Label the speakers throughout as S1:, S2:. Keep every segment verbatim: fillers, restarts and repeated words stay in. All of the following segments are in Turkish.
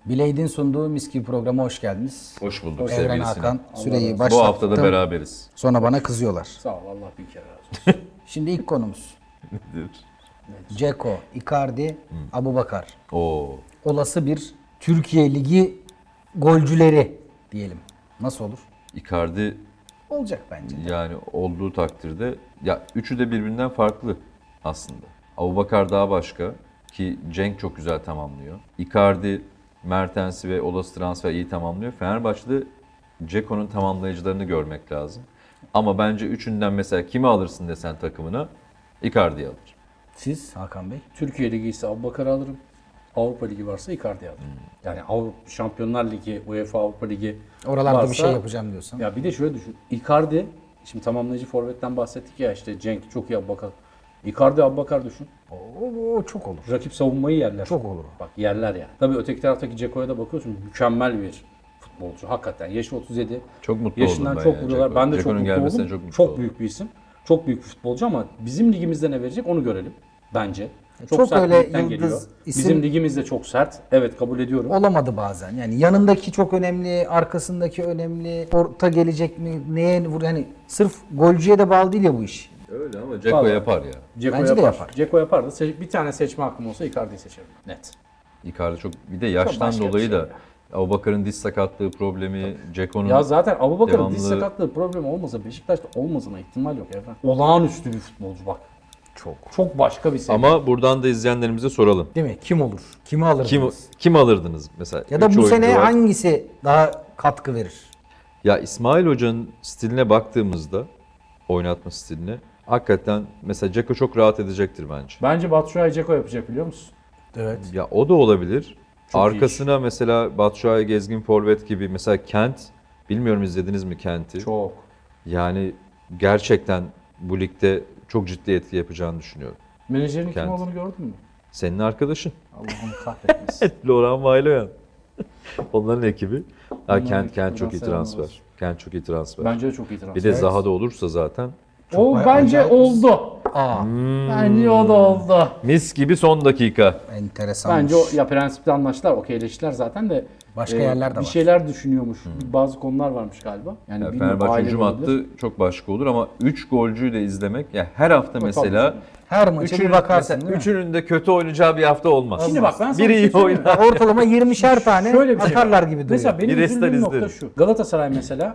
S1: Blade'in sunduğu mis gibi programa hoş geldiniz.
S2: Hoş bulduk
S1: Evren
S2: sevgili
S1: Hakan
S2: Sinan.
S1: süreyi
S2: Bu
S1: başlattım.
S2: hafta da beraberiz.
S1: Sonra bana kızıyorlar.
S3: Sağ ol, Allah bir kere razı olsun.
S1: Şimdi ilk konumuz.
S2: Nedir?
S1: Dzeko, Icardi, Abubakar.
S2: Oo.
S1: Olası bir Türkiye Ligi golcüleri diyelim. Nasıl olur?
S2: Icardi
S1: Olacak bence.
S2: yani olduğu takdirde ya üçü de birbirinden farklı aslında. Abubakar daha başka ki Cenk çok güzel tamamlıyor. Icardi, Mertens'i ve olası transfer iyi tamamlıyor. Fenerbahçe'de Dzeko'nun tamamlayıcılarını görmek lazım. Ama bence üçünden mesela kimi alırsın desen takımına Icardi'yi alır.
S1: Siz Hakan Bey?
S3: Türkiye Ligi ise Abubakar'ı alırım. Avrupa Ligi varsa Icardi'yi alırım. Yani Avrupa Şampiyonlar Ligi, UEFA Avrupa Ligi
S1: Oralarda
S3: varsa,
S1: bir şey yapacağım diyorsan.
S3: Ya bir de şöyle düşün. Icardi, şimdi tamamlayıcı forvetten bahsettik ya, işte Cenk çok iyi, Abubakar. Icardi, Abubakar düşün.
S1: O, o çok olur.
S3: Rakip savunmayı yerler.
S1: Çok olur.
S3: Bak yerler yani. Tabii öteki taraftaki Dzeko'ya da bakıyorsun, mükemmel bir futbolcu. Hakikaten yaşı otuz yedi.
S2: Çok mutlu
S3: Yaşından
S2: oldum ben
S3: çok
S2: yani
S3: vuruyorlar.
S2: Dzeko.
S3: Ben de çok
S2: Dzeko'nun
S3: mutlu
S2: gelmesine
S3: oldum.
S2: çok mutlu
S3: Çok
S2: oldum.
S3: büyük bir isim. Çok büyük bir futbolcu ama bizim ligimizde ne verecek onu görelim bence. Çok,
S1: Çok
S3: sert
S1: öyle
S3: bir ligden
S1: yıldız
S3: geliyor.
S1: isim-
S3: Bizim ligimiz de çok sert. Evet, kabul ediyorum.
S1: Olamadı bazen. Yani yanındaki çok önemli, arkasındaki önemli, orta gelecek mi, neye vur yani sırf golcüye de bağlı değil ya bu iş.
S2: Öyle ama Dzeko
S3: Vallahi.
S2: yapar ya.
S3: Dzeko
S1: Bence de
S3: yapar.
S1: yapar.
S3: Dzeko yapar da se- bir tane seçme hakkım olsa Icardi'yi seçerim. Net.
S2: Icardi çok bir de yaştan
S3: başka bir
S2: dolayı
S3: şey
S2: da Abubakar'ın diz sakatlığı problemi, Dzeko'nun
S3: Ya zaten Abubakar'ın diz
S2: devamlı-
S3: sakatlığı problemi olmasa Beşiktaş'ta olmasına ihtimal yok Evren. Olağanüstü bir futbolcu bak.
S1: Çok.
S3: Çok başka bir seviye.
S2: ama buradan da izleyenlerimize soralım.
S1: Değil mi? Kim olur? Kimi alırdınız?
S2: Kim kim alırdınız mesela?
S1: Ya da
S2: Üç
S1: bu
S2: oyuncu
S1: sene
S2: var.
S1: hangisi daha katkı verir?
S2: Ya İsmail Hoca'nın stiline baktığımızda, oynatma stiline, hakikaten mesela Dzeko çok rahat edecektir bence.
S3: Bence Batshuayi Dzeko yapacak, biliyor musun?
S1: Evet.
S2: Ya o da olabilir.
S3: Çok iyi
S2: Arkasına mesela Batshuayi, Gezgin Forvet gibi, mesela Kent, bilmiyorum izlediniz mi Kent'i?
S3: Çok.
S2: Yani gerçekten bu ligde çok ciddi etki yapacağını düşünüyorum.
S3: Menajerin kim
S2: Kent.
S3: olduğunu gördün mü?
S2: Senin arkadaşın
S3: Allah'ım kahretmesin.
S2: Laurent Vaylayan. Onların ekibi. Ha,
S3: Onların
S2: Kent,
S3: ekibi,
S2: Kent çok iyi
S3: buradan selamlar
S2: transfer.
S3: olsun.
S2: Kent çok iyi transfer.
S3: Bence de çok iyi transfer.
S2: Bir de Zaha da olursa zaten
S3: O
S1: Çok
S3: bence
S1: acayip.
S3: oldu.
S1: Aa,
S3: Bence o da oldu.
S2: mis gibi son dakika.
S1: enteresan.
S3: Bence o, ya prensipte anlaştılar, okeyleştiler zaten de.
S1: Başka yerler de
S3: bir
S1: var.
S3: şeyler düşünüyormuş. Bazı konular varmış galiba. Yani
S2: Yani
S3: bilmiyorum,
S2: Fenerbahçe
S3: aile
S2: hücum
S3: olabilir.
S2: hattı çok başka olur ama üç golcüyü de izlemek, ya her hafta mesela
S1: Her maça
S2: üçünün,
S1: bir bakarsın
S2: mesela
S1: değil mi?
S2: üçünün de kötü oynayacağı bir hafta olmaz.
S3: Şimdi bak ben sana
S2: Biri
S3: bir şey
S2: iyi
S3: söyleyeyim mi?
S2: oynar.
S1: Ortalama yirmişer tane
S3: Şöyle bir şey
S1: atarlar
S3: var.
S1: gibi duruyor.
S3: Mesela benim
S2: Bir restal
S3: üzüldüğüm nokta
S2: izlerim.
S3: şu. Galatasaray mesela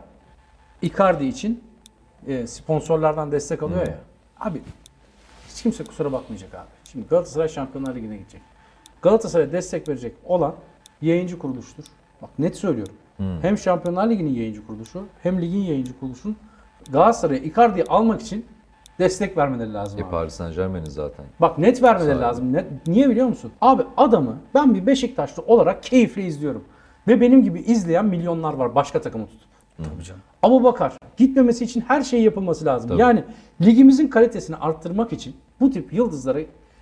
S3: Icardi için e, sponsorlardan destek alıyor ya. Abi hiç kimse kusura bakmayacak abi. Şimdi Galatasaray Şampiyonlar Ligi'ne gidecek. Galatasaray'a destek verecek olan yayıncı kuruluştur. Bak net söylüyorum. Hem Şampiyonlar Ligi'nin yayıncı kuruluşu hem ligin yayıncı kuruluşunun Galatasaray'a Icardi'yi almak için destek vermeleri lazım
S2: E,
S3: abi.
S2: Paris Saint Germain'in zaten.
S3: Bak net vermeleri
S2: Sahibi.
S3: lazım. Net, niye biliyor musun? Abi adamı ben bir Beşiktaşlı olarak keyifle izliyorum. Ve benim gibi izleyen milyonlar var başka takımı tutup.
S1: Tabii canım.
S3: Abubakar gitmemesi için her şeyi yapılması lazım.
S2: Tabii.
S3: Yani ligimizin kalitesini arttırmak için bu tip yıldızlara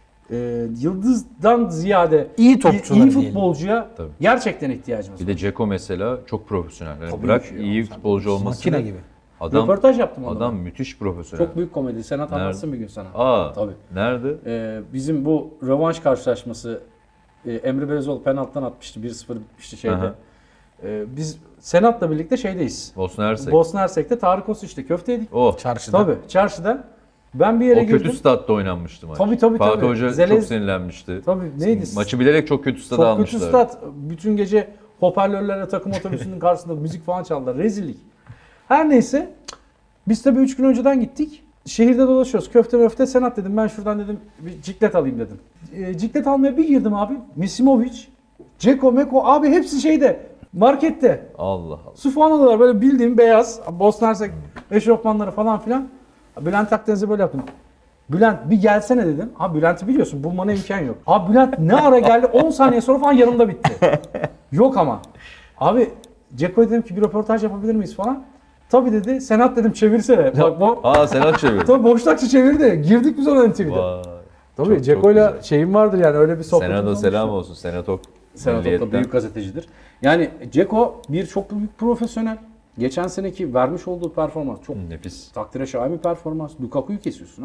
S3: e, yıldızdan ziyade
S1: İyi topçular
S3: iyi
S1: diyelim.
S3: futbolcuya
S2: Tabii.
S3: gerçekten ihtiyacımız
S2: Bir
S3: var.
S2: de Dzeko mesela çok profesyonel. Yani
S3: Tabii
S2: bırak
S3: ki ya,
S2: iyi
S3: sen
S2: futbolcu olmasını.
S1: Makine gibi.
S2: Adam,
S3: Röportaj yaptım onunla.
S2: adam müthiş profesyonel.
S3: Çok büyük komedi. Senat
S2: Nerede?
S3: anlatsın bir gün sana.
S2: Aa,
S3: Tabii.
S2: nerede?
S3: Ee, bizim bu rövanş karşılaşması e, Emre Belezoğlu penaltıdan atmıştı. bir sıfır bitmişti şeyde.
S2: Aha.
S3: Ee, biz Senat'la birlikte şeydeyiz.
S2: Bosna Hersek.
S3: Bosna Hersek'te Tarık Osuç'ta köfte yedik.
S2: Oh,
S1: Çarşıda.
S3: Tabii çarşıda. Ben bir yere
S2: o
S3: girdim.
S2: kötü statta oynanmıştı maç.
S3: Tabii, tabii,
S2: Fatih
S3: tabii.
S2: Hoca
S3: Zelez-
S2: çok sinirlenmişti.
S3: Tabii neydi?
S2: Maçı bilerek çok kötü stada
S3: Çok
S2: almışlar.
S3: kötü stat. Bütün gece hoparlörlerle takım otobüsünün karşısında müzik falan çaldılar. Rezillik. Her neyse. Biz tabii üç gün önceden gittik. Şehirde dolaşıyoruz. Köfte möfte Senat dedim. Ben şuradan dedim bir ciklet alayım dedim. E, ciklet almaya bir girdim abi. Misimovic, Dzeko, Meko abi hepsi şeyde. Markette.
S2: Allah Allah.
S3: Su falan alıyorlar böyle bildiğim beyaz. Bosna Hersek eşofmanları falan filan. Bülent Akdeniz'e böyle yaptım. Bülent bir gelsene dedim. Ha Bülent'i biliyorsun bulmana imkan yok. Abi Bülent ne ara geldi on saniye sonra falan yanımda bitti. Yok ama. Abi Dzeko'ya dedim ki bir röportaj yapabilir miyiz falan. Tabii dedi. Senat dedim çevirsene. Bak bu.
S2: Aa Senat çevir.
S3: Tabii Boşnakçı çevirdi. Girdik biz ona N T V'de.
S2: Vay.
S3: Tabii
S2: çok
S3: Dzeko'yla
S2: güzel.
S3: şeyim vardır yani öyle bir sohbet.
S2: Senat'a selam olsun. Senatok.
S3: Senat da
S2: Milliyetten.
S3: büyük gazetecidir. Yani Dzeko bir çok büyük profesyonel. Geçen seneki vermiş olduğu performans çok
S2: Nefis.
S3: takdire şayan bir performans. Lukaku'yu kesiyorsun abi.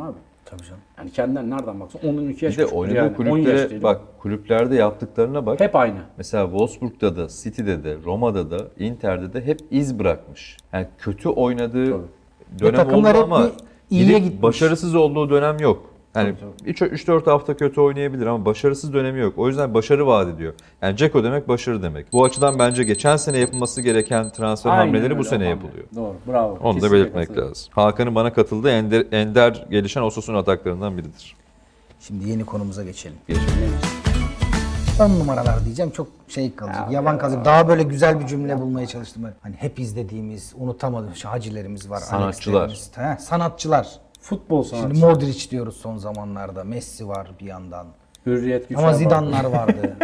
S1: Tabii canım.
S3: Yani kendinden nereden baksan on on iki yaş
S2: Bir de
S3: küçüktür
S2: oynadığı
S3: yani. on yaş
S2: kulüplere
S3: değil.
S2: bak, kulüplerde yaptıklarına bak.
S3: Hep aynı.
S2: Mesela Wolfsburg'da da, City'de de, Roma'da da, Inter'de de hep iz bırakmış. Yani kötü oynadığı
S3: Tabii.
S2: dönem
S1: Ve takımlar
S2: oldu
S1: hep
S2: ama
S1: bir iyiye
S2: gidip
S1: gitmiş.
S2: başarısız olduğu dönem yok. Yani
S3: Tabii,
S2: üç dört hafta kötü oynayabilir ama başarısız dönemi yok. O yüzden başarı vaat ediyor. Yani Dzeko demek başarı demek. Bu açıdan bence geçen sene yapılması gereken transfer
S3: Aynen
S2: hamleleri
S3: öyle,
S2: bu sene
S3: o hamle.
S2: yapılıyor.
S3: Doğru, bravo.
S2: Onu da
S3: Kesinlikle
S2: belirtmek
S3: katılıyorum.
S2: lazım. Hakan'ın bana katıldığı ender, ender gelişen Osasuna ataklarından biridir.
S1: Şimdi yeni konumuza geçelim.
S2: Geçelim.
S1: on numaralar diyeceğim, çok şey kalacak. Yavan kalacak. Daha böyle güzel bir cümle bulmaya çalıştım. Hani hep izlediğimiz, unutamadığımız hacilerimiz var.
S2: Sanatçılar.
S1: Alex'lerimiz. He, sanatçılar.
S3: Futbol sanatçısı.
S1: Şimdi Modric diyoruz son zamanlarda. Messi var bir yandan.
S3: Hürriyet güç.
S1: Ama
S3: var.
S1: Zidane'lar vardı.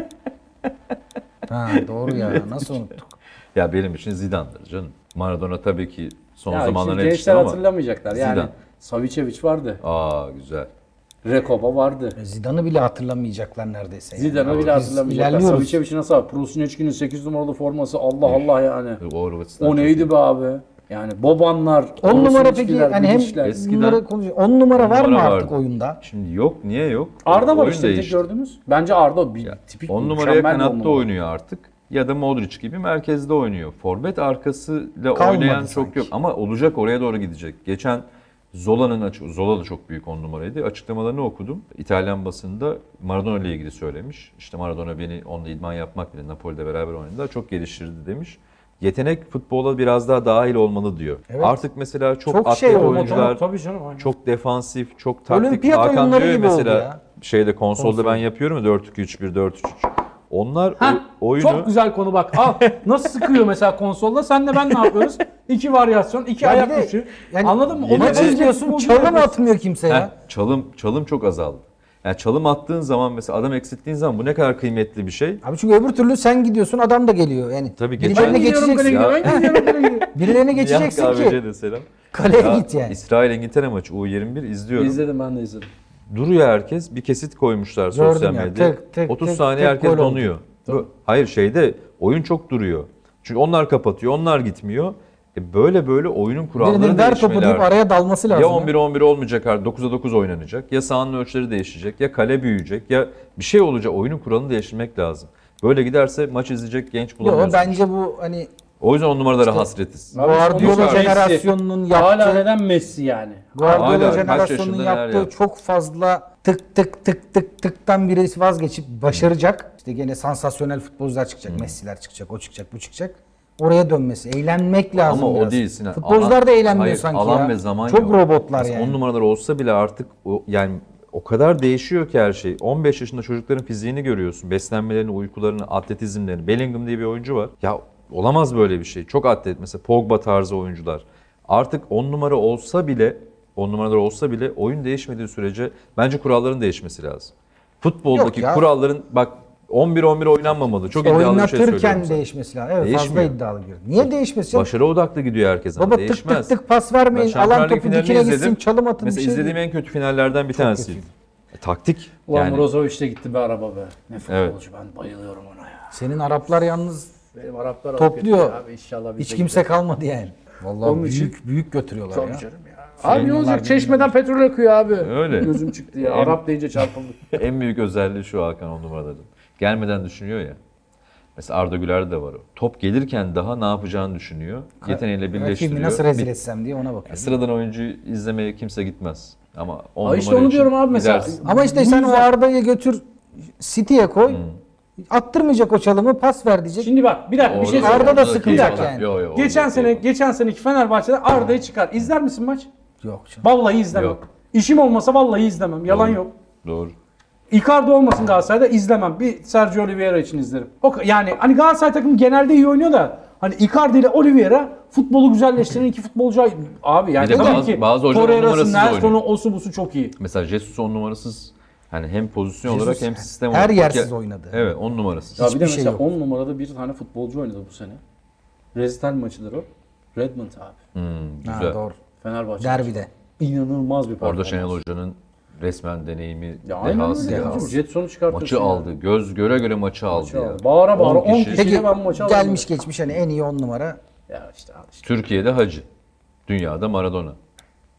S1: Ha doğru ya. Nasıl unuttuk?
S2: Ya benim için Zidane'dır canım. Maradona tabii ki son
S3: Ya
S2: zamanların
S3: şimdi
S2: yetişti
S3: gençler
S2: ama
S3: hatırlamayacaklar. Yani
S2: Zidane.
S3: Savicevic vardı.
S2: Aa güzel.
S3: Rekoba vardı.
S1: E, Zidane'ı bile hatırlamayacaklar neredeyse. yani.
S3: Zidane'ı bile
S1: Biz
S3: hatırlamayacaklar.
S1: ilerliyoruz.
S3: Savicevic'i nasıl abi? Prosinecki'nin sekiz numaralı forması Allah Allah yani.
S2: Orvaç'tan
S3: O neydi be abi? Yani Bobanlar,
S1: on numara peki
S3: Prosineckiler,
S1: hani hem
S3: Bidişler.
S2: Eskiden-
S1: bunları konuşuyor. on numara var mı
S2: numara
S1: artık
S2: vardı.
S1: oyunda?
S2: Şimdi yok. Niye yok?
S3: Arda var
S2: Oyun
S3: işte bir tek
S2: değişti.
S3: gördünüz. Bence Arda bir tipik
S2: on numaraya
S3: mükemmel bir on
S2: kanatta
S3: numara.
S2: oynuyor artık. Ya da Modric gibi merkezde oynuyor. Forvet arkasıyla
S1: Kalmadı
S2: oynayan çok
S1: sanki.
S2: yok. Ama olacak, oraya doğru gidecek. Geçen Zola'nın açık, Zola da çok büyük on numaraydı. Açıklamalarını okudum. İtalyan basında Maradona ile ilgili söylemiş. İşte Maradona beni onunla idman yapmak bile, Napoli'de beraber oynadılar, çok geliştirdi demiş. Yetenek futbola biraz daha dahil olmalı diyor.
S1: Evet.
S2: Artık mesela çok,
S1: Çok
S2: atlet
S1: şey oldu,
S2: oyuncular,
S3: Tabii canım. Aynen.
S2: çok defansif, çok taktik.
S1: Olimpiyat
S2: Hakan
S1: oyunları
S2: diyor ya
S1: gibi oldu
S2: mesela
S1: ya.
S2: şeyde konsolda
S3: Konsol.
S2: ben yapıyorum ya dört iki üç bir dört üç üç. Onlar
S3: Heh,
S2: o, oyunu
S3: Çok güzel konu bak. Al nasıl sıkıyor mesela konsolda. Senle ben ne yapıyoruz? İki varyasyon, iki
S1: Ya bir
S3: ayak
S1: de
S3: dışı.
S1: yani
S3: Anladın mı?
S2: yeni
S3: Ona
S1: Maç
S2: de-
S1: izliyorsun,
S3: futbolcu
S1: çalım
S3: yapıyorsun.
S1: atmıyor kimse ya.
S2: Heh, çalım çalım çok azaldı. Yani çalım attığın zaman mesela adam eksilttiğin zaman bu ne kadar kıymetli bir şey.
S1: Abi çünkü öbür türlü sen gidiyorsun, adam da geliyor. Yani
S2: Tabii,
S1: birilerine
S2: geçen-
S3: Ben gidiyorum
S1: geçeceksin.
S3: kaleye
S2: ya.
S3: gidiyorum, ben gidiyorum kaleye gidiyorum.
S1: Birilerine geçeceksin
S2: Nihat
S1: ki
S2: Kahveci'ye de selam.
S1: kaleye
S2: Ya,
S1: git yani.
S2: İsrail-İngiltere maçı U yirmi bir izliyorum.
S3: İzledim ben de izledim.
S2: Duruyor herkes. Bir kesit koymuşlar
S1: Gördüm
S2: sosyal
S1: ya,
S2: medyaya.
S1: tık, tık,
S2: otuz
S1: tık,
S2: saniye
S1: tık,
S2: herkes
S1: gol oldu.
S2: donuyor. Bu- Hayır şeyde oyun çok duruyor. Çünkü onlar kapatıyor, onlar gitmiyor. E böyle böyle oyunun kuralları
S1: Birinin ver topu
S2: değişmeli
S1: deyip
S2: artık.
S1: araya dalması lazım.
S2: Ya
S1: ya.
S2: on bir on bir olmayacak artık, dokuza dokuz oynanacak. Ya sahanın ölçüleri değişecek, ya kale büyüyecek, ya bir şey olacak. Oyunun kuralını değiştirmek lazım. Böyle giderse maç izleyecek genç
S1: Yo,
S2: bulamıyorsun.
S1: bence bu hani
S2: O yüzden on numaralara hasretiz.
S3: Abi
S1: Guardiola
S3: sonuçta
S1: jenerasyonunun
S3: Messi. Hala
S1: yaptığı
S3: neden Messi yani?
S1: Guardiola
S2: Hala kaç
S1: jenerasyonunun
S2: yaşında neler
S1: yaptığı
S2: yaptı.
S1: çok fazla tık tık tık tık tıktan birisi vazgeçip başaracak. İşte gene sansasyonel futbolcular çıkacak. Messi'ler çıkacak, o çıkacak, bu çıkacak. Oraya dönmesi. Eğlenmek lazım
S2: Ama o
S1: biraz.
S2: değil Sinan.
S1: Futbolcular
S2: Alan-
S1: da eğlenmiyor
S2: hayır,
S1: sanki
S2: alan
S1: ya.
S2: ve zaman
S1: çok
S2: yok.
S1: robotlar
S2: Mesela
S1: yani.
S2: on numaralar olsa bile artık o, yani o kadar değişiyor ki her şey. on beş yaşında çocukların fiziğini görüyorsun. Beslenmelerini, uykularını, atletizmlerini. Bellingham diye bir oyuncu var. Ya olamaz böyle bir şey. Çok atlet. Mesela Pogba tarzı oyuncular. Artık on numara olsa bile on numaralar olsa bile oyun değişmediği sürece bence kuralların değişmesi lazım. Futboldaki
S1: Yok ya.
S2: kuralların bak on bir on bir oynanmamalı. Çok iddialı bir şey söylüyorum
S1: Oynatırken
S2: sana.
S1: değişmesi lazım. Evet
S2: Değişmiyor.
S1: fazla iddialı bir. Niye değişmesin?
S2: Başarı odaklı gidiyor herkes ama
S1: Baba tık
S2: değişmez.
S1: tık tık pas
S2: Ben
S1: vermeyin.
S2: Şampiyonlar
S1: Alan
S2: Ligi
S1: topu
S2: finalini
S1: dikine
S2: izledim.
S1: gitsin, çalım atın bir
S2: Mesela
S1: şey.
S2: izlediğim en kötü finallerden bir tanesiydi. E, taktik.
S3: Ulan
S2: yani
S3: Brozovic de gitti be araba be. Ne
S2: Evet.
S3: futbolcu, ben bayılıyorum ona ya.
S1: Senin Araplar yalnız
S3: Benim Araplar
S1: topluyor.
S3: alıp götürüyor abi, inşallah biz
S1: hiç
S3: de
S1: kimse
S3: gideriz.
S1: kalmadı yani. Vallahi
S3: Onun için-
S1: büyük büyük götürüyorlar
S3: Tabii
S1: ya.
S3: canım ya. Abi ne
S1: Yıllar
S3: olacak? Çeşmeden petrol akıyor abi.
S2: Öyle.
S3: Gözüm çıktı ya.
S2: Em-
S3: Arap deyince çarpıldık.
S2: en büyük özelliği şu Hakan on numaraların. Gelmeden düşünüyor ya. Mesela Arda Güler'de de var o. Top gelirken daha ne yapacağını düşünüyor. Yeteneğiyle
S1: Rakibimi
S2: birleştiriyor.
S1: nasıl rezil
S2: Bir-
S1: etsem diye ona bakıyor.
S2: Sıradan oyuncuyu izlemeye kimse gitmez. Ama on
S3: Aa, işte
S2: numara
S3: onu
S2: için
S3: diyorum abi mesela.
S2: gidersin.
S1: Ama işte
S3: Bu
S1: sen o
S3: yüzden-
S1: Arda'yı götür City'ye koy. Attırmayacak o çalımı, pas ver diyecek.
S3: Şimdi bak bir dakika bir şey
S2: Orada-
S3: söyleyeyim.
S1: Arda da
S2: orada
S1: sıkılacak
S2: keyif
S1: yani.
S2: Yo, yo,
S3: Geçen
S2: orada
S3: sene
S2: keyif
S3: geçen seneki Fenerbahçe'de Arda'yı çıkar. İzler misin maç?
S1: Yok canım.
S3: Vallahi izlemem.
S2: Yok.
S3: İşim olmasa vallahi izlemem. Yalan
S2: Doğru.
S3: yok.
S2: Doğru.
S3: Icardi olmasın Galatasaray'da izlemem. Bir Sergio Oliveira için izlerim. O ka- yani hani Galatasaray takımı genelde iyi oynuyor da hani Icardi ile Oliveira futbolu güzelleştiren iki futbolcu abi yani
S2: Bir de
S3: dedim
S2: bazı-
S3: ki
S2: bazı hocalar on
S3: Torreira'sı,
S2: numarasız
S3: Nelson'u,
S2: oynuyor.
S3: osu busu çok iyi.
S2: Mesela Jesus on numarasız hani hem pozisyon
S1: Jesus
S2: olarak hem sistem
S1: her
S2: olarak.
S1: yersiz
S2: Ya-
S1: oynadı.
S2: Evet on numarasız.
S3: Ya bir de
S1: Hiçbir şey
S3: mesela
S1: yok.
S3: on numarada bir tane futbolcu oynadı bu sene. Rezital maçıdır o. Redmond abi.
S2: Hmm,
S1: Ha,
S2: güzel.
S1: doğru.
S3: Fenerbahçe.
S1: Derbide.
S3: İnanılmaz bir performans.
S2: Orada Şenol Hoca'nın resmen deneyimi,
S3: Ya aynen
S2: dehası
S3: öyle.
S2: ya.
S3: ya. Jetson'u çıkartıyorsun.
S2: Maçı
S3: ya.
S2: aldı. Göz göre göre maçı aldı
S3: Maçı
S2: ya.
S3: aldı. Bağıra bağıra
S2: on
S3: on
S2: kişi.
S3: kişiyle
S1: Peki
S3: ben bu maçı aldım.
S1: gelmiş geçmiş hani en iyi on numara.
S3: Ya işte al işte.
S2: Türkiye'de Hacı. Dünyada Maradona.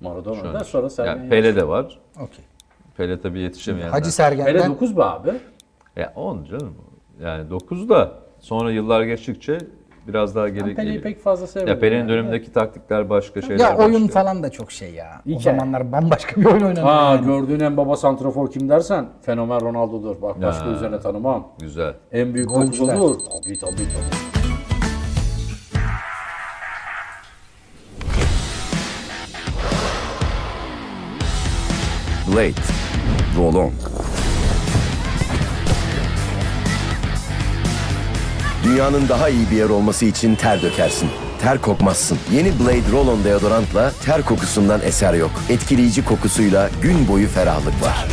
S3: Maradona'da sonra Sergen
S2: Yani Pele de var.
S1: Okey.
S2: Pele tabii yetişemeyenler.
S1: Hacı
S3: Pele
S1: Sergen'den
S3: dokuz be abi.
S2: Ya on canım. Yani dokuz da sonra yıllar geçtikçe biraz daha geri
S3: Ben Pele'yi
S2: geliyor.
S3: pek fazla sevmedim.
S2: Ya Pele'nin
S3: yani.
S2: dönemindeki taktikler başka şeyler
S1: ya oyun
S2: başka.
S1: falan da çok şey ya. O
S3: Hikaye.
S1: zamanlar bambaşka bir oyun oynanıyor.
S3: Ha
S1: yani.
S3: gördüğün en baba santrafor kim dersen fenomen Ronaldo'dur. Bak başka
S2: Ha.
S3: üzerine tanımam.
S2: Güzel.
S3: En büyük
S1: Golcüler.
S3: golcüler. Tabii tabii tabii.
S4: Blade, Roll-On. Dünyanın daha iyi bir yer olması için ter dökersin. Ter kokmazsın. Yeni Blade Roll-On deodorantla ter kokusundan eser yok. Etkileyici kokusuyla gün boyu ferahlık var.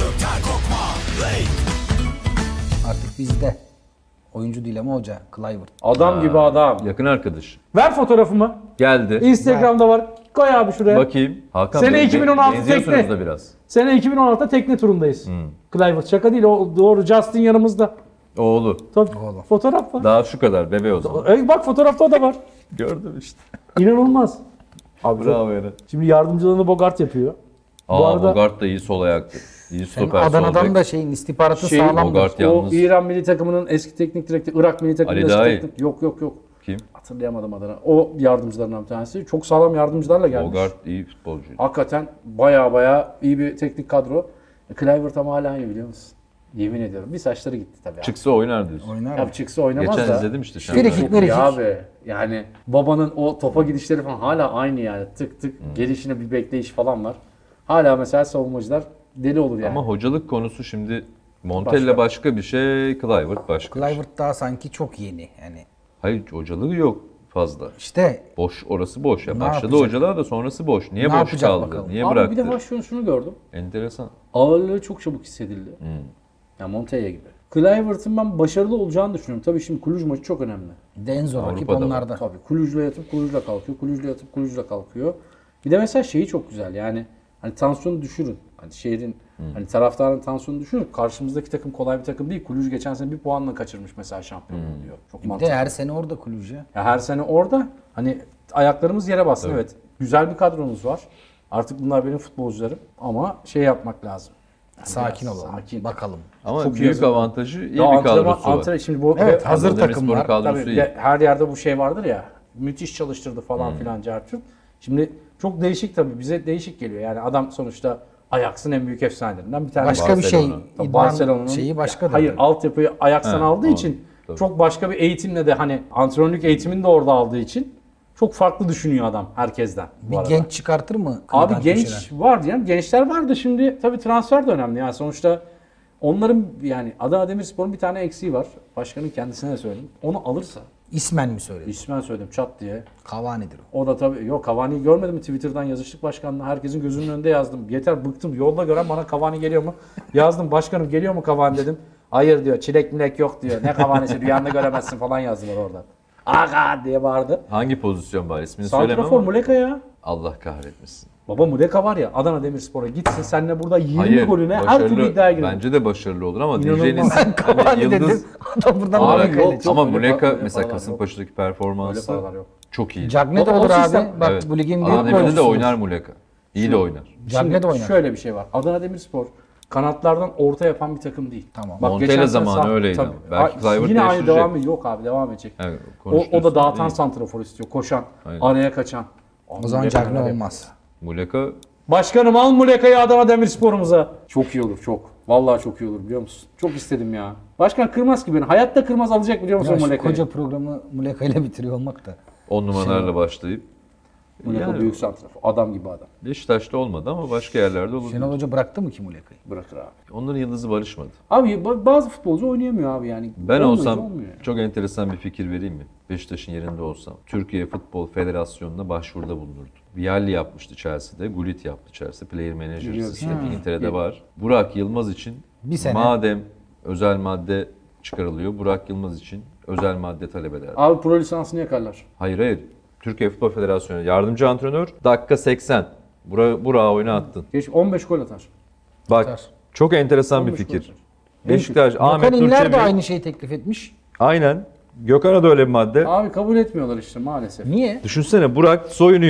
S1: Artık bizde. Oyuncu değil ama hoca. Clivert.
S3: Adam gibi adam.
S2: Yakın arkadaş.
S3: Ver fotoğrafımı.
S2: Geldi.
S3: Instagram'da var. Koy abi şuraya.
S2: Bakayım. Hakan
S3: Sene
S2: Bey,
S3: iki bin on altı
S2: benziyorsunuz
S3: tekne.
S2: da biraz.
S3: Sene iki bin on altıda tekne turundayız.
S2: Hmm.
S3: Clivert şaka değil o doğru. Justin yanımızda.
S2: Oğlu.
S3: Tabii.
S1: Oğlum.
S3: Fotoğraf var.
S2: Daha şu kadar bebe o zaman.
S3: E, bak fotoğrafta o da var.
S2: Gördüm işte.
S3: İnanılmaz. Abi
S2: Bravo Eren.
S3: şimdi yardımcılığını Bogart yapıyor.
S2: Aa
S3: Bu arada
S2: Bogart da iyi sol ayaktı. İyi
S1: Senin
S2: stoper sol
S1: Adana'dan
S2: bek.
S1: da şeyin istihbaratı
S3: Şey,
S1: sağlam.
S2: Bogart
S3: o
S2: yalnız.
S3: İran milli takımının eski teknik direktörü, Irak milli takımının
S2: Ali
S3: eski
S2: Dahi.
S3: teknik. Yok yok yok.
S2: Kim?
S3: Hatırlayamadım adını. O yardımcılarından bir tanesi. Çok sağlam yardımcılarla gelmiş.
S2: Bogart iyi futbolcu.
S3: Hakikaten baya baya iyi bir teknik kadro. E, Kluivert ama hala iyi biliyor musun? Yemin ediyorum. Bir saçları gitti tabii.
S2: Çıksa oynar diyorsun.
S1: Oynar
S3: Ya
S1: mı?
S3: çıksa oynamaz
S2: Geçen
S3: da.
S2: izledim işte.
S1: Frikik,
S2: şampiyonluğu.
S1: frikik.
S3: Ya abi yani babanın o topa gidişleri falan hala aynı yani. Tık tık
S2: Hmm.
S3: gelişine bir bekleyiş falan var. Hala mesela savunmacılar deli olur yani.
S2: Ama hocalık konusu şimdi Montella
S3: Başka.
S2: başka, bir şey, Kluivert başka. bir şey.
S1: Clivert daha sanki çok yeni. Yani
S2: Hayır hocalığı yok fazla.
S1: işte
S2: Boş orası boş ya.
S1: Ne
S2: Başladı
S1: yapacak?
S2: hocalar da sonrası boş. Niye
S1: Ne
S2: boş
S1: yapacak
S2: kaldı?
S1: bakalım?
S2: Niye
S3: Abi
S2: bıraktı?
S3: bir de baş şunu gördüm.
S2: Enteresan.
S3: Ağırlığı çok çabuk hissedildi.
S2: Hmm.
S3: Ya Montella gibi. Kluivert'ın ben başarılı olacağını düşünüyorum. Tabii şimdi Cluj maçı çok önemli.
S1: de en zor rakip
S2: Avrupa'da var.
S1: onlarda.
S3: Tabii Cluj'la yatıp Cluj'la kalkıyor. Cluj'la yatıp Cluj'la kalkıyor. Bir de mesela şeyi çok güzel yani hani tansiyonu düşürün. Hani şehrin hani taraftarın tansiyonu düşürün. Karşımızdaki takım kolay bir takım değil. Cluj geçen sene bir puanla kaçırmış mesela şampiyonluğu diyor. Çok
S1: Bir de
S3: mantıklı.
S1: her sene orada Kulücü.
S3: Ya her sene orada hani ayaklarımız yere bassın evet. Güzel bir kadromuz var. Artık bunlar benim futbolcularım ama şey yapmak lazım. Yani
S1: Sakin
S3: biraz
S1: olalım.
S3: sakin.
S1: Bakalım.
S2: Ama
S3: Çok iyi
S2: büyük
S3: hazırlan-
S2: avantajı iyi
S3: Ya
S2: bir
S3: antrenman-
S2: kadrosu var.
S3: antrenman- şimdi bu
S1: Evet,
S3: ve-
S1: hazır
S2: Adana
S1: takım
S2: Demirspor'un
S1: var.
S2: kadrosu
S3: Tabii
S2: iyi.
S3: ya- her yerde bu şey vardır ya. Müthiş çalıştırdı falan filan Cerçurt. Şimdi çok değişik tabii. Bize değişik geliyor. Yani adam sonuçta Ajax'ın en büyük efsanelerinden bir tanesi.
S1: Başka bir şey.
S2: Barcelona.
S3: Tabii
S1: İdman
S3: Barcelona'nın
S1: şeyi başkadır.
S3: Hayır, altyapıyı Ajax'tan
S2: He,
S3: aldığı
S2: doğru.
S3: için
S2: Tabii.
S3: çok başka bir eğitimle de hani antrenörlük eğitimini de orada aldığı için çok farklı düşünüyor adam herkesten. bu
S1: Bir
S3: arada.
S1: genç çıkartır mı?
S3: Abi
S1: kıyıdan
S3: genç
S1: köşeden?
S3: var yani gençler var da şimdi tabii transfer de önemli. Yani sonuçta onların yani Adana Demirspor'un bir tane eksiği var. Başkanın kendisine de söyledim. Onu alırsa
S1: İsmen mi söyledi?
S3: İsmen söyledim çat diye.
S1: Cavani'dir o.
S3: O da tabii yok Cavani'yi görmedim mi Twitter'dan yazıştık başkanla. Herkesin gözünün önünde yazdım. Yeter bıktım. Yolda gören bana Cavani geliyor mu? Yazdım başkanım geliyor mu Cavani dedim. Hayır diyor çilek milek yok diyor. Ne Cavani'si rüyanda göremezsin falan yazdılar orada. Aga diye bağırdı.
S2: Hangi pozisyon var? İsmini söyleme
S3: Santrafor
S2: ama
S3: Muleka ya.
S2: Allah kahretmesin.
S3: Baba Muleka var ya Adana Demirspor'a gitsin seninle burada yirmi
S2: Hayır,
S3: golüne her türlü
S2: başarılı,
S3: iddiaya girer.
S2: bence de başarılı olur ama
S3: İnanılmaz.
S2: diyeceğiniz
S1: Ben Cavani
S2: hani
S1: dedim.
S2: yıldız
S1: Adam buradan
S3: Abi
S1: Muleka'yla
S3: yok,
S1: çıktı.
S3: yok.
S2: ama
S3: öyle
S2: Muleka
S3: para- öyle
S2: mesela
S3: paralar
S2: Kasımpaşa'daki
S3: Öyle
S2: performansı
S3: paralar yok.
S2: çok iyi.
S1: Cagne de
S3: O- o
S1: olur abi.
S3: sistem-
S1: Bak
S2: Evet.
S1: bu ligin
S2: Adana
S1: büyük
S2: Demir'de de
S1: golcüsüdür.
S2: oynar Muleka. İyi de oynar.
S1: Cagne
S3: Şimdi
S1: de oynar.
S3: şöyle bir şey var. Adana Demirspor kanatlardan orta yapan bir takım değil.
S1: Tamam.
S2: Montella
S3: geçen sene
S2: zamanı
S3: sah-
S2: öyleydi
S3: tabii.
S2: ama. Belki
S3: A-
S2: Kluivert
S3: Yine aynı
S2: değiştirecek.
S3: devam ediyor. Yok abi devam edecek.
S2: Yani
S3: o, o
S2: konuşuyorsun,
S3: da dağıtan
S2: değil.
S3: santrafor istiyor. Koşan,
S2: Aynen.
S3: araya kaçan.
S1: O zaman
S3: Muleka
S1: Cagne
S3: neler
S1: olmaz.
S2: Muleka
S3: Başkanım al Muleka'yı Adana Demirspor'umuza. Çok iyi olur çok. Vallahi çok iyi olur biliyor musun? Çok istedim ya. Başkan kırmaz ki beni. Hayatta kırmaz alacak biliyor musun
S1: Ya şu
S3: Muleka'yı?
S1: koca programı Muleka ile bitiriyor olmak da.
S2: on numaralarla başlayıp
S3: Muleka
S2: yani
S3: büyük santrafor. Adam gibi adam.
S2: Beşiktaş'ta olmadı ama başka yerlerde olur.
S1: Şenol Hoca bıraktı mı ki Muleka'yı?
S3: Bırakır abi.
S2: Onların yıldızı barışmadı.
S3: Abi ba- bazı futbolcu oynayamıyor abi yani.
S2: Ben
S3: Olmuyor,
S2: olsam
S3: olmuyor.
S2: çok enteresan bir fikir vereyim mi? Beşiktaş'ın yerinde olsam. Türkiye Futbol Federasyonu'na başvuruda bulunurdu. Vialli yapmıştı Chelsea'de, Gullit yaptı Chelsea. Player Manager
S3: Biliyorum.
S2: sistemi
S3: Hmm.
S2: İngiltere'de var. Burak Yılmaz için
S1: Bir sene.
S2: madem özel madde çıkarılıyor, Burak Yılmaz için özel madde talep eder.
S3: Abi pro lisansını yakarlar.
S2: Hayır hayır. Türkiye Futbol Federasyonu yardımcı antrenör dakika seksen. Bura, Burak'ı oyuna attın.
S3: Geç on beş gol atar.
S2: Bak
S1: Atar.
S2: çok enteresan bir
S3: on beş gol
S2: fikir.
S3: atar.
S2: Beşiktaş, Ahmet
S1: Gökhan
S2: Nur
S1: İnler de
S2: Çebi.
S1: aynı şeyi teklif etmiş.
S2: Aynen. Gökhan'a da öyle bir madde.
S3: Abi kabul etmiyorlar işte maalesef.
S1: Niye?
S2: Düşünsene Burak soyunuyor.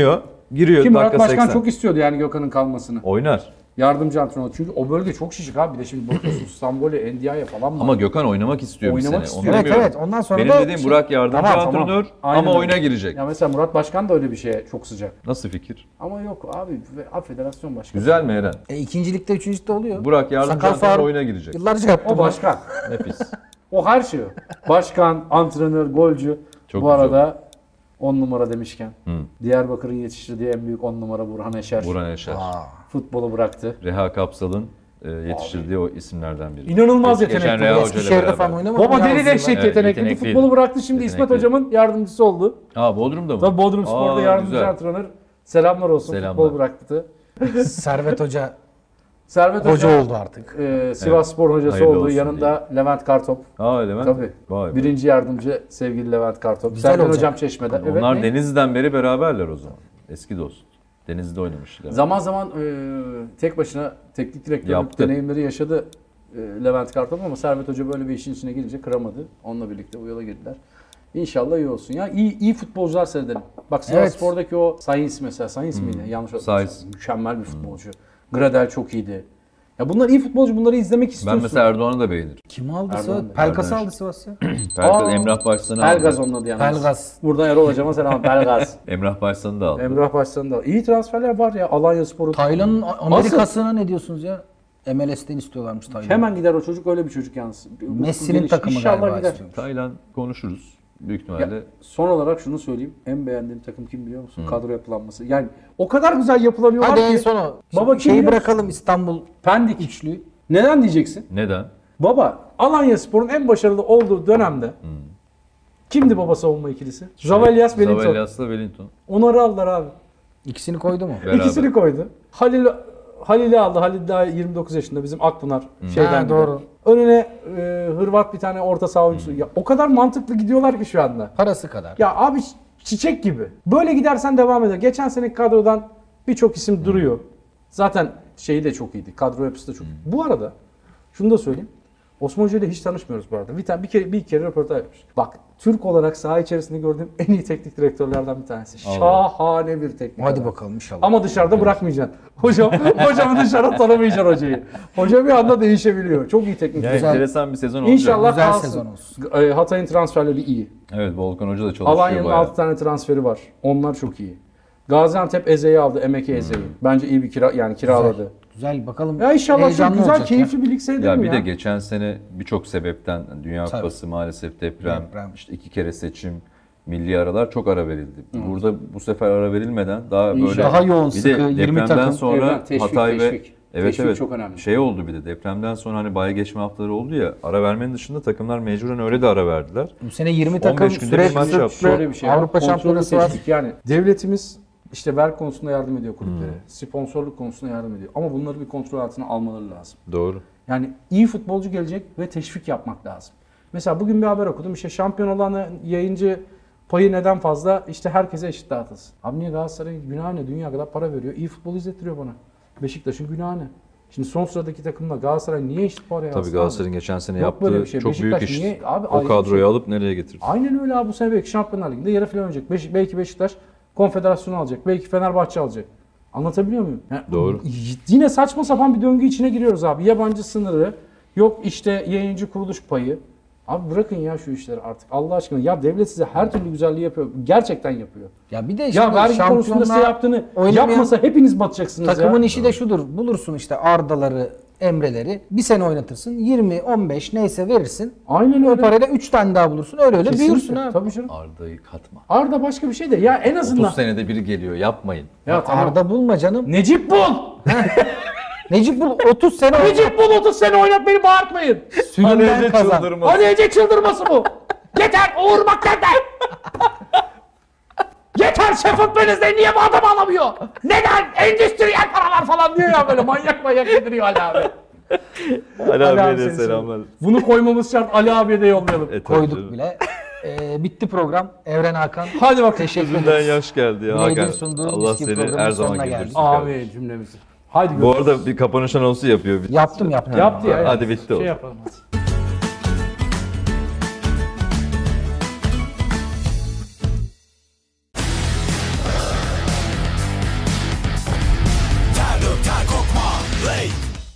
S2: Giriyor
S3: Ki Murat
S2: dakika
S3: Başkan
S2: seksen.
S3: çok istiyordu yani Gökhan'ın kalmasını.
S2: Oynar.
S3: Yardımcı antrenör. Çünkü o bölge çok şişik abi. Bir de şimdi bakıyorsun Samboli, Ndiaye falan var.
S2: Ama Gökhan oynamak istiyor
S3: Oynamak
S2: bir sene.
S3: istiyor.
S2: Onu
S1: Evet
S2: demiyorum.
S1: evet ondan sonra
S2: Benim
S1: da
S2: dediğim
S1: şey-
S2: Burak yardımcı
S1: Tamam, tamam.
S2: antrenör
S3: Aynen
S2: ama
S3: öyle.
S2: oyuna girecek.
S3: Ya mesela Murat Başkan da öyle bir şeye çok sıcak.
S2: Nasıl fikir?
S3: Ama yok abi. Ve- Federasyon başkanı.
S2: Güzel mi Eren?
S1: E, ikincilikte, üçüncülükte oluyor.
S2: Burak yardımcı
S1: Sakal
S2: antrenör
S1: Faruk
S2: oyuna girecek.
S1: Yıllarca yaptı.
S3: O
S1: bunu.
S3: başkan.
S2: Nefis.
S3: O her şey o. Başkan, antrenör, golcü.
S2: Çok
S3: Bu
S2: güzel.
S3: arada on numara demişken.
S2: Hı.
S3: Diyarbakır'ın yetiştirdiği en büyük on numara Burhan Eşer.
S2: Burhan Eşer.
S1: Aa,
S3: Futbolu bıraktı.
S2: Reha Kapsal'ın e, yetiştirdiği o isimlerden biri.
S3: İnanılmaz
S2: Geç- geçen
S3: yetenekli.
S2: Reha Hoca ile
S1: Eskişehir'de
S2: beraber.
S1: falan oynamadı.
S3: Baba
S1: mı
S3: deli
S1: ya
S3: dehşet
S1: aslında?
S2: Evet,
S3: yetenekli.
S2: yetenekli.
S3: Futbolu bıraktı, şimdi İsmet
S2: Yetenekli.
S3: Hocam'ın yardımcısı oldu.
S2: Aa Bodrum'da mı?
S3: Tabii Bodrum Spor'da
S2: Aa,
S3: yardımcı
S2: güzel.
S3: antrenör. Selamlar olsun.
S2: Selamlar.
S3: Futbol bıraktı.
S1: Servet Hoca
S3: Servet
S1: hoca
S3: Hoca
S1: oldu artık.
S3: e, Sivas Spor hocası
S2: Hayırlı
S3: oldu.
S2: olsun
S3: Yanında Levent Kartop.
S2: Aa Levent.
S3: Tabii.
S2: Vay be.
S3: Birinci yardımcı sevgili Levent Kartop.
S1: Güzel
S3: Sergen
S1: olacak.
S3: Hocam Çeşme'de. Evet,
S2: Onlar
S3: ne?
S2: Denizli'den beri beraberler o zaman. Eski dost. Denizli'de oynamış Levent.
S3: Zaman zaman e, tek başına teknik direktörlük
S2: Yaptı.
S3: deneyimleri yaşadı e, Levent Kartop ama Servet Hoca böyle bir işin içine girince kıramadı. Onunla birlikte o yola girdiler. İnşallah iyi olsun ya. İyi, iyi futbolcular seyredelim. Bak Sivas
S1: Evet.
S3: Spor'daki o Sayıs mesela. Sayıs mıydı? Yanlış
S2: Sayıs.
S3: hatırlamıyorsam. Mükemmel bir futbolcu. Gradel çok iyiydi. Ya bunlar iyi futbolcu. Bunları izlemek
S2: Ben
S3: istiyorsun.
S2: mesela Erdoğan'ı da beğenirim.
S1: Kim aldı
S3: Erdoğan
S1: Sivas?
S3: Bey.
S1: Pelkas'ı
S2: Erdoğan.
S1: aldı Sivas'ı.
S2: Pelkas,
S3: Aa,
S2: Emrah Başsan'ı
S3: Pelgaz
S2: aldı.
S3: onun adı yani.
S1: Pelkas.
S3: Buradan Erol Hocam'a selam. Pelgaz.
S2: Emrah Başsan'ı da aldı.
S3: Emrah Başsan'ın da. İyi transferler var ya. Alanya Spor'un.
S1: Taylan'ın Amerika'sına ne diyorsunuz ya? M L S'ten istiyorlarmış Taylan'ı.
S3: Hemen gider o çocuk, öyle bir çocuk yalnız.
S1: Messi'nin
S3: Geniş.
S1: takımı
S3: İnşallah
S1: galiba
S3: gider.
S1: istiyormuş.
S2: Taylan konuşuruz. Büyük ihtimalle.
S3: Ya, son olarak şunu söyleyeyim. En beğendiğim takım kim biliyor musun? Kadro yapılanması. Yani o kadar güzel yapılanıyorlar
S1: Hadi
S3: ki.
S1: en sonu.
S3: Baba kim
S1: Şeyi
S3: biliyor
S1: bırakalım İstanbul
S3: Pendik.
S1: üçlüyü.
S3: Neden diyeceksin?
S2: Neden?
S3: Baba Alanya Spor'un en başarılı olduğu dönemde kimdi baba savunma ikilisi? Zavelyas, Wellington.
S2: Zavelyas'la Wellington.
S3: Onları aldılar abi.
S1: İkisini koydu mu?
S2: Beraber.
S3: İkisini koydu. Halil Halil'i aldı. Halil daha yirmi dokuz yaşında, bizim Akpınar şeyden
S1: Ha,
S3: biri.
S1: doğru.
S3: Önüne e, Hırvat bir tane orta saha oyuncusu. Ya o kadar mantıklı gidiyorlar ki şu anda.
S1: Parası kadar.
S3: Ya abi çi- çiçek gibi. Böyle gidersen devam eder. Geçen seneki kadrodan birçok isim duruyor. Zaten şeyi de çok iyiydi. Kadro yapısı da çok iyiydi. Bu arada şunu da söyleyeyim. Osman Hoca ile hiç tanışmıyoruz bu arada. Bir tane bir kere bir kere röportaj yapmış. Bak Türk olarak saha içerisinde gördüğüm en iyi teknik direktörlerden bir tanesi.
S2: Allah.
S3: Şahane bir teknik
S1: Hadi
S3: adam.
S1: bakalım inşallah.
S3: Ama dışarıda bırakmayacaksın. Hocam, hocamı dışarı tanımayacaksın hocayı. Hoca bir anda değişebiliyor. Çok iyi teknik
S2: Ya
S3: direktör.
S2: enteresan bir sezon olacak.
S3: İnşallah
S1: Güzel
S3: kalsın.
S1: sezon olsun.
S3: E, Hatay'ın transferleri iyi.
S2: Evet Volkan Hoca da çalışıyor
S3: Alanya'nın
S2: bayağı.
S3: altı tane transferi var. Onlar çok iyi. Gaziantep Eze'yi aldı. Emeke Eze'yi. Bence iyi bir kira, yani kiraladı.
S1: Güzel bakalım.
S3: Ya inşallah çok
S1: Heyecanlı
S3: güzel,
S1: olacak
S3: keyifli bir lig seyredelim
S2: Ya
S3: ya.
S2: bir de geçen sene birçok sebepten Dünya
S1: Tabii.
S2: Kupası maalesef deprem,
S1: Deprem.
S2: işte iki kere seçim, milli aralar çok ara verildi. Burada bu sefer ara verilmeden daha böyle
S3: İnşallah.
S1: Daha yoğun,
S2: bir
S1: sıkı,
S2: de
S1: yirmi
S2: depremden
S1: takım.
S2: sonra
S3: Evet, teşvik,
S2: Hatay ve
S3: teşvik.
S2: evet
S3: Teşvik
S2: evet
S3: çok önemli.
S2: şey oldu bir de depremden sonra hani bay geçme haftaları oldu ya ara vermenin dışında takımlar mecburen öyle de ara verdiler.
S1: Bu sene yirmi takım
S2: on beş günde
S1: süre
S2: bir maç
S1: kısıtlı.
S2: yaptı.
S3: Şöyle bir şey var.
S1: Avrupa
S3: Kontrollü
S1: Şampiyonası var.
S3: teşvik. Yani devletimiz işte vergi konusunda yardım ediyor kulüplere. Sponsorluk konusunda yardım ediyor. Ama bunları bir kontrol altına almaları lazım.
S2: Doğru.
S3: Yani iyi futbolcu gelecek ve teşvik yapmak lazım. Mesela bugün bir haber okudum. İşte şampiyon olan yayıncı payı neden fazla? İşte herkese eşit dağıtılsın. Abi niye Galatasaray'ın günahı ne? Dünya kadar para veriyor. İyi futbol izlettiriyor bana. Beşiktaş'ın günahı ne? Şimdi son sıradaki takımla Galatasaray niye eşit paraya alsın
S2: Tabii Galatasaray'ın geçen sene
S3: Yok böyle
S2: yaptığı
S3: bir şey.
S2: çok
S3: Beşiktaş
S2: büyük iş.
S3: niye- abi
S2: O
S3: ayrı bir
S2: kadroyu
S3: şey.
S2: alıp nereye getirdi?
S3: Aynen öyle abi, bu sene belki Şampiyonlar Ligi'nde yarı final oynayacak. Beş, belki Beşiktaş konfederasyonu alacak. Belki Fenerbahçe alacak. Anlatabiliyor muyum? Yani
S2: Doğru.
S3: Yine saçma sapan bir döngü içine giriyoruz abi. Yabancı sınırı, yok işte yayıncı kuruluş payı. Abi bırakın ya şu işleri artık Allah aşkına. Ya devlet size her türlü güzelliği yapıyor. Gerçekten yapıyor.
S1: Ya bir de
S3: Ya
S1: şimdi
S3: vergi konusunda size
S1: şampiyonlar
S3: yaptığını
S1: oynamayan
S3: yapmasa hepiniz batacaksınız
S1: takımın
S3: ya.
S1: işi de şudur. Bulursun işte Arda'ları, Emre'leri. Bir sene oynatırsın. yirmi, on beş neyse verirsin.
S3: Aynen
S1: O
S3: öyle.
S1: parayla üç tane daha bulursun. Öyle öyle
S3: Kesinlikle.
S1: büyürsün abi.
S3: Tabii canım.
S2: Arda'yı katma.
S3: Arda başka bir şey de. Ya en azından.
S2: otuz senede biri geliyor yapmayın.
S3: Ya tamam.
S1: Arda bulma canım.
S3: Necip bul.
S1: Necip bul otuz sene oynat.
S3: Necip bul, otuz sene oynat, beni bağırtmayın.
S1: Sürümden kazan.
S3: Ali Ece çıldırması bu. Yeter Uğur Makter'den. Yeter Şefik Beniz'de niye bu adam alamıyor? Neden? Endüstriyel paralar falan diyor ya, böyle manyak manyak yediriyor Ali abi.
S2: Ali
S3: Ali abi
S2: abiye de
S3: seni
S2: selamlar.
S3: Bunu koymamız şart, Ali abiye de yollayalım.
S2: E, tabii
S1: Koyduk
S2: canım.
S1: bile. Ee, bitti program. Evren Hakan.
S3: Hadi bakalım.
S1: Teşekkür
S2: Gözümden
S1: ederiz.
S2: yaş geldi ya
S1: Günaydın
S2: Hakan.
S1: sunduğu
S2: Allah
S1: Miski
S2: seni
S1: programının
S2: her zaman
S1: sonuna
S2: güldürsün.
S1: geldik.
S2: kardeşim.
S3: Amin cümlemizi. Haydi
S2: Bu
S3: görüşürüz.
S2: arada bir kapanış anonsu yapıyor.
S1: Yaptım yaptım.
S3: Yaptı ya.
S2: Hadi bitti o.
S3: Şey yapalım hadi.